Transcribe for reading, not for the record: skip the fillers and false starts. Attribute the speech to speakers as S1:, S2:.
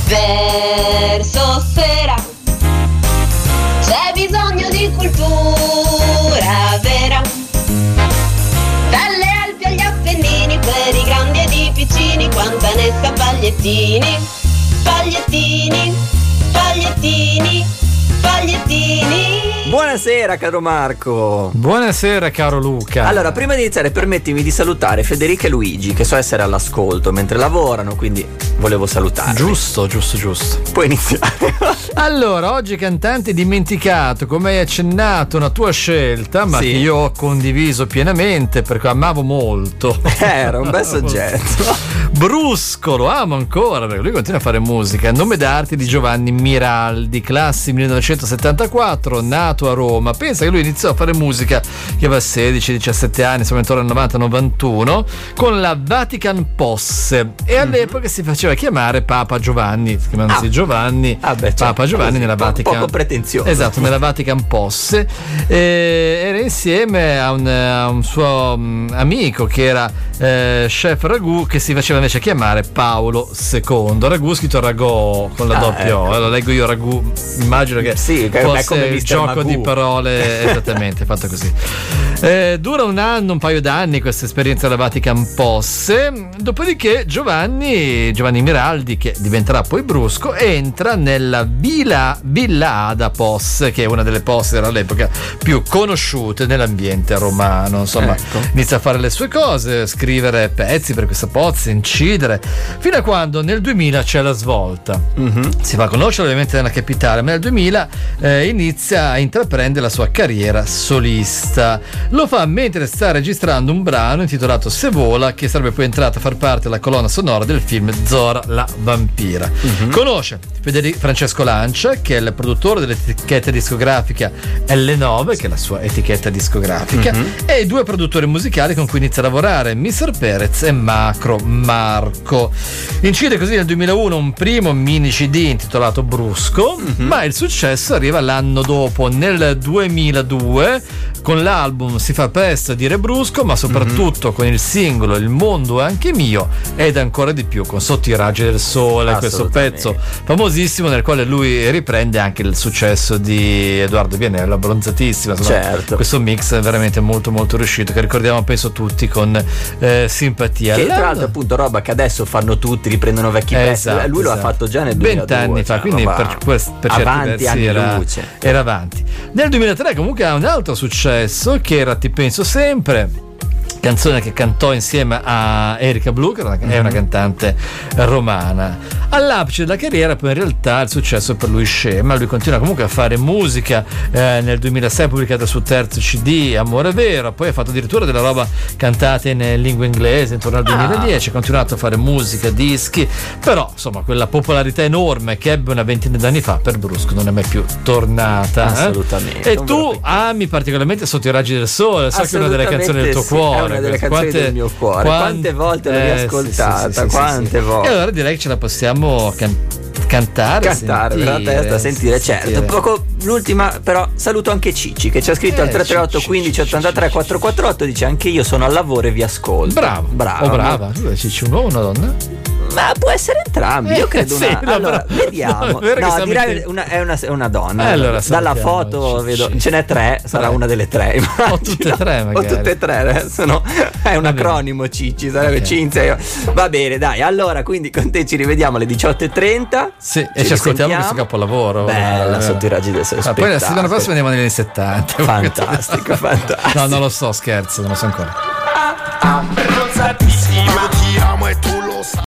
S1: Verso sera c'è bisogno di cultura vera. Dalle Alpi agli Appennini, per i grandi ed i piccini, quanta ne sa pagliettini, pagliettini, pagliettini, pagliettini.
S2: Buonasera caro Marco.
S3: Buonasera caro Luca.
S2: Allora, prima di iniziare permettimi di salutare Federica e Luigi, che so essere all'ascolto mentre lavorano, quindi volevo salutarli.
S3: Giusto.
S2: Puoi iniziare.
S3: Allora, oggi cantante dimenticato, come hai accennato, una tua scelta, ma
S2: Sì.
S3: che io ho condiviso pienamente perché amavo molto.
S2: Era un bel soggetto.
S3: Brusco, lo amo ancora perché lui continua a fare musica. Nome d'arte di Giovanni Miraldi, classe 1974, nato a Roma. Pensa che lui iniziò a fare musica che aveva 16-17 anni, insomma intorno al 90-91, con la Vatican Posse, e all'epoca si faceva chiamare Papa Giovanni, chiamandosi Giovanni, Papa Giovanni nella Vatican.
S2: Poco pretenzioso.
S3: Esatto, nella Vatican Posse. Era insieme a un suo amico che era chef ragù, che si faceva invece chiamare Paolo II. Ragù scritto ragò con la doppia O. Lo leggo io ragù, immagino che
S2: sì, che
S3: fosse
S2: è come
S3: il gioco
S2: Magoo
S3: di parole, esattamente, fatto così. Dura un paio d'anni questa esperienza alla Vatican Posse, dopodiché Giovanni Miraldi, che diventerà poi Brusco, entra nella Villa Ada Posse, che è una delle poste all'epoca più conosciute nell'ambiente romano. Insomma, inizia a fare le sue cose, scrivere pezzi per questa pozza, incidere, fino a quando nel 2000 c'è la svolta. Si fa conoscere ovviamente nella capitale, ma nel 2000 inizia a intraprendere la sua carriera solista. Lo fa mentre sta registrando un brano intitolato Se vola, che sarebbe poi entrato a far parte della colonna sonora del film Zora la vampira. Conosce Francesco Lancia, che è il produttore dell'etichetta discografica L9, che è la sua etichetta discografica, e i due produttori musicali con cui inizia a lavorare, Mr. Perez e Macro Marco. Incide così nel 2001 un primo mini CD intitolato Brusco, ma il successo arriva l'anno dopo, nel 2002, con l'album Si fa presto a dire Brusco, ma soprattutto con il singolo Il mondo è anche mio, ed ancora di più con Sotto i raggi del sole, questo pezzo famosissimo nel quale lui riprende anche il successo di Edoardo Vianello, Abbronzatissima.
S2: Certo.
S3: Questo mix è veramente molto molto riuscito, che ricordiamo penso tutti con simpatia.
S2: Che tra l'altro appunto roba che adesso fanno tutti, riprendono vecchi pezzi. Lui lo ha fatto già nel 2002,
S3: 20 anni fa, quindi per
S2: avanti,
S3: certi versi
S2: anni luce.
S3: era avanti. Nel 2003 comunque ha un altro successo che era Ti penso sempre, canzone che cantò insieme a Erika Blu, che è una cantante romana. All'apice della carriera poi in realtà il successo per lui scema. Lui continua comunque a fare musica, nel 2006 ha pubblicato il suo terzo CD Amore Vero, poi ha fatto addirittura della roba cantata in lingua inglese intorno al 2010, ha continuato a fare musica, dischi, però insomma quella popolarità enorme che ebbe una ventina d'anni fa per Brusco non è mai più tornata.
S2: Assolutamente.
S3: E tu ami particolarmente Sotto i raggi del sole, so che è una delle canzoni del tuo cuore.
S2: È una delle canzoni del mio cuore. Quante volte l'ho riascoltata, quante volte.
S3: E allora direi che ce la possiamo cantare
S2: per la testa, sentire. Certo, poco l'ultima, però saluto anche Cicci, che ci ha scritto al 338 15 83 448, dice: anche io sono al lavoro e vi ascolto.
S3: Bravo. O brava. Cicci, un uomo o una donna?
S2: Ma può essere entrambi, io credo
S3: sì,
S2: allora vediamo. No, direi è una donna.
S3: Allora,
S2: dalla foto vedo, ce n'è tre, sarà una delle tre.
S3: O tutte e tre magari.
S2: O tutte e tre, adesso no. È un acronimo Cicci, sarebbe Cinzia. Va bene, dai, allora quindi con te ci rivediamo alle 18:30.
S3: Sì, e ci ascoltiamo questo capolavoro.
S2: Bella, Sotto i raggi del sole.
S3: Poi la settimana prossima andiamo negli anni 70.
S2: Fantastico.
S3: No, non lo so, scherzo, non lo so ancora.